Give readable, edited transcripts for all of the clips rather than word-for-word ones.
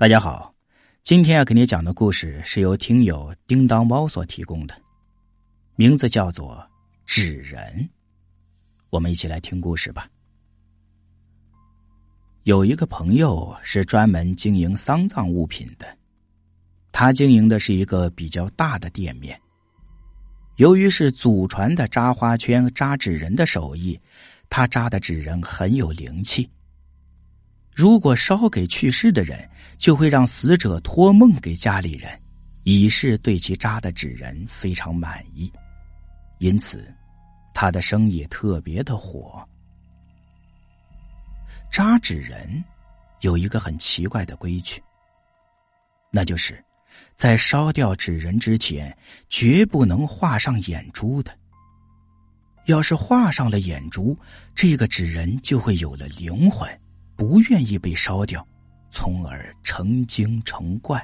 大家好，今天要给你讲的故事是由听友叮当猫所提供的，名字叫做《纸人》。我们一起来听故事吧。有一个朋友是专门经营丧葬物品的，他经营的是一个比较大的店面。由于是祖传的扎花圈、扎纸人的手艺，他扎的纸人很有灵气。如果烧给去世的人，就会让死者托梦给家里人，以示对其扎的纸人非常满意。因此他的生意特别的火。扎纸人有一个很奇怪的规矩，那就是在烧掉纸人之前绝不能画上眼珠的。要是画上了眼珠，这个纸人就会有了灵魂，不愿意被烧掉，从而成精成怪。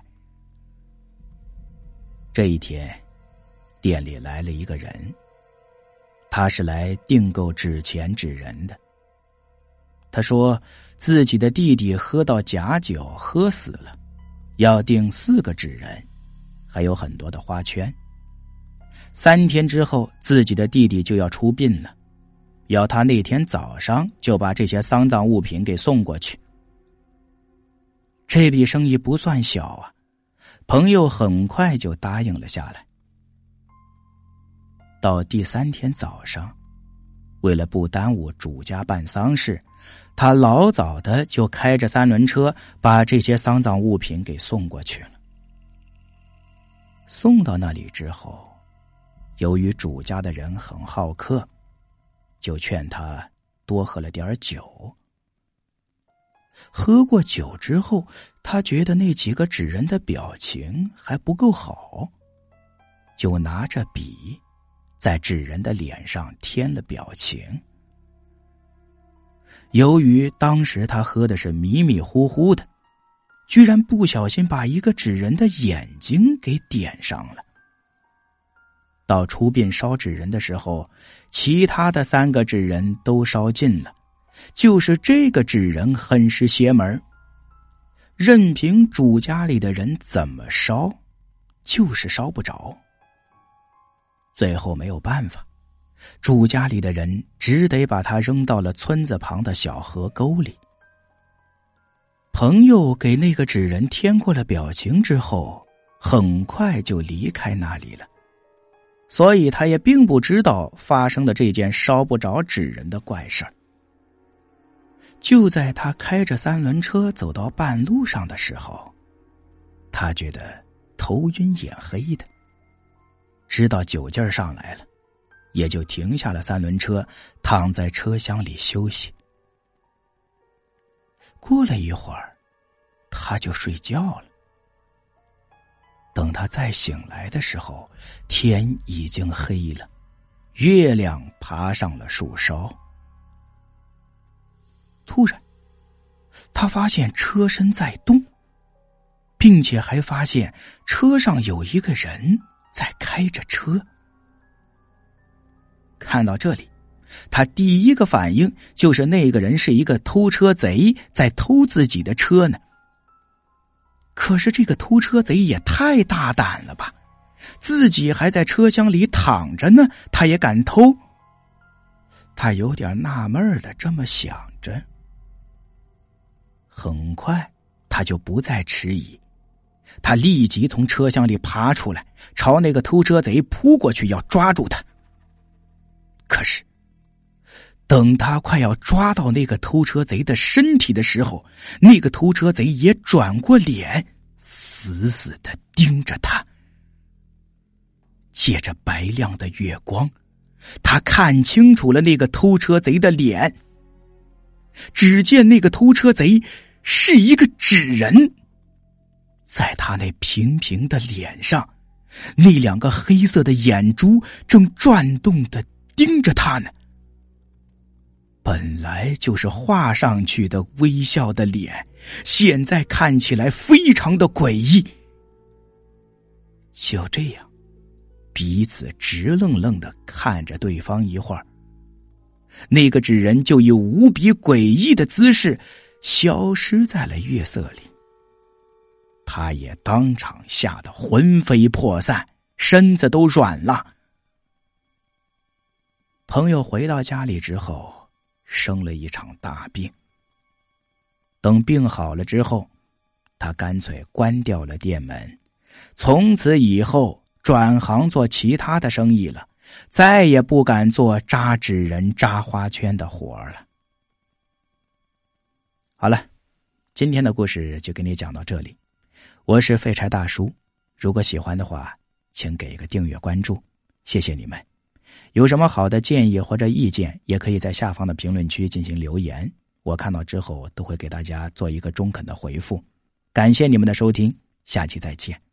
这一天，店里来了一个人，他是来订购纸钱纸人的。他说自己的弟弟喝到假酒喝死了，要订4个纸人，还有很多的花圈。3天之后自己的弟弟就要出殡了，要他那天早上就把这些丧葬物品给送过去。这笔生意不算小啊，朋友很快就答应了下来。到第3天早上，为了不耽误主家办丧事，他老早的就开着3轮车把这些丧葬物品给送过去了。送到那里之后，由于主家的人很好客，就劝他多喝了点酒。喝过酒之后，他觉得那几个纸人的表情还不够好，就拿着笔在纸人的脸上添了表情。由于当时他喝的是迷迷糊糊的，居然不小心把一个纸人的眼睛给点上了。到出殡烧纸人的时候，其他的3个纸人都烧尽了，就是这个纸人很是邪门，任凭主家里的人怎么烧，就是烧不着。最后没有办法，主家里的人只得把他扔到了村子旁的小河沟里。朋友给那个纸人添过了表情之后，很快就离开那里了，所以他也并不知道发生了这件烧不着纸人的怪事儿。就在他开着3轮车走到半路上的时候，他觉得头晕眼黑的，知道酒劲儿上来了，也就停下了3轮车，躺在车厢里休息。过了一会儿，他就睡觉了。等他再醒来的时候，天已经黑了，月亮爬上了树梢。突然，他发现车身在动，并且还发现车上有一个人在开着车。看到这里，他第一个反应就是那个人是一个偷车贼，在偷自己的车呢。可是这个偷车贼也太大胆了吧，自己还在车厢里躺着呢，他也敢偷？他有点纳闷的这么想着。很快他就不再迟疑，他立即从车厢里爬出来，朝那个偷车贼扑过去，要抓住他。可是等他快要抓到那个偷车贼的身体的时候，那个偷车贼也转过脸，死死地盯着他。借着白亮的月光，他看清楚了那个偷车贼的脸。只见那个偷车贼是一个纸人，在他那平平的脸上，那2个黑色的眼珠正转动地盯着他呢。本来就是画上去的微笑的脸，现在看起来非常的诡异。就这样，彼此直愣愣地看着对方一会儿，那个纸人就以无比诡异的姿势消失在了月色里。 他也当场吓得魂飞魄散，身子都软了。朋友回到家里之后，生了一场大病。等病好了之后，他干脆关掉了店门，从此以后转行做其他的生意了，再也不敢做扎纸人、扎花圈的活了。好了，今天的故事就给你讲到这里。我是废柴大叔，如果喜欢的话，请给一个订阅关注，谢谢你们。有什么好的建议或者意见，也可以在下方的评论区进行留言，我看到之后都会给大家做一个中肯的回复。感谢你们的收听，下期再见。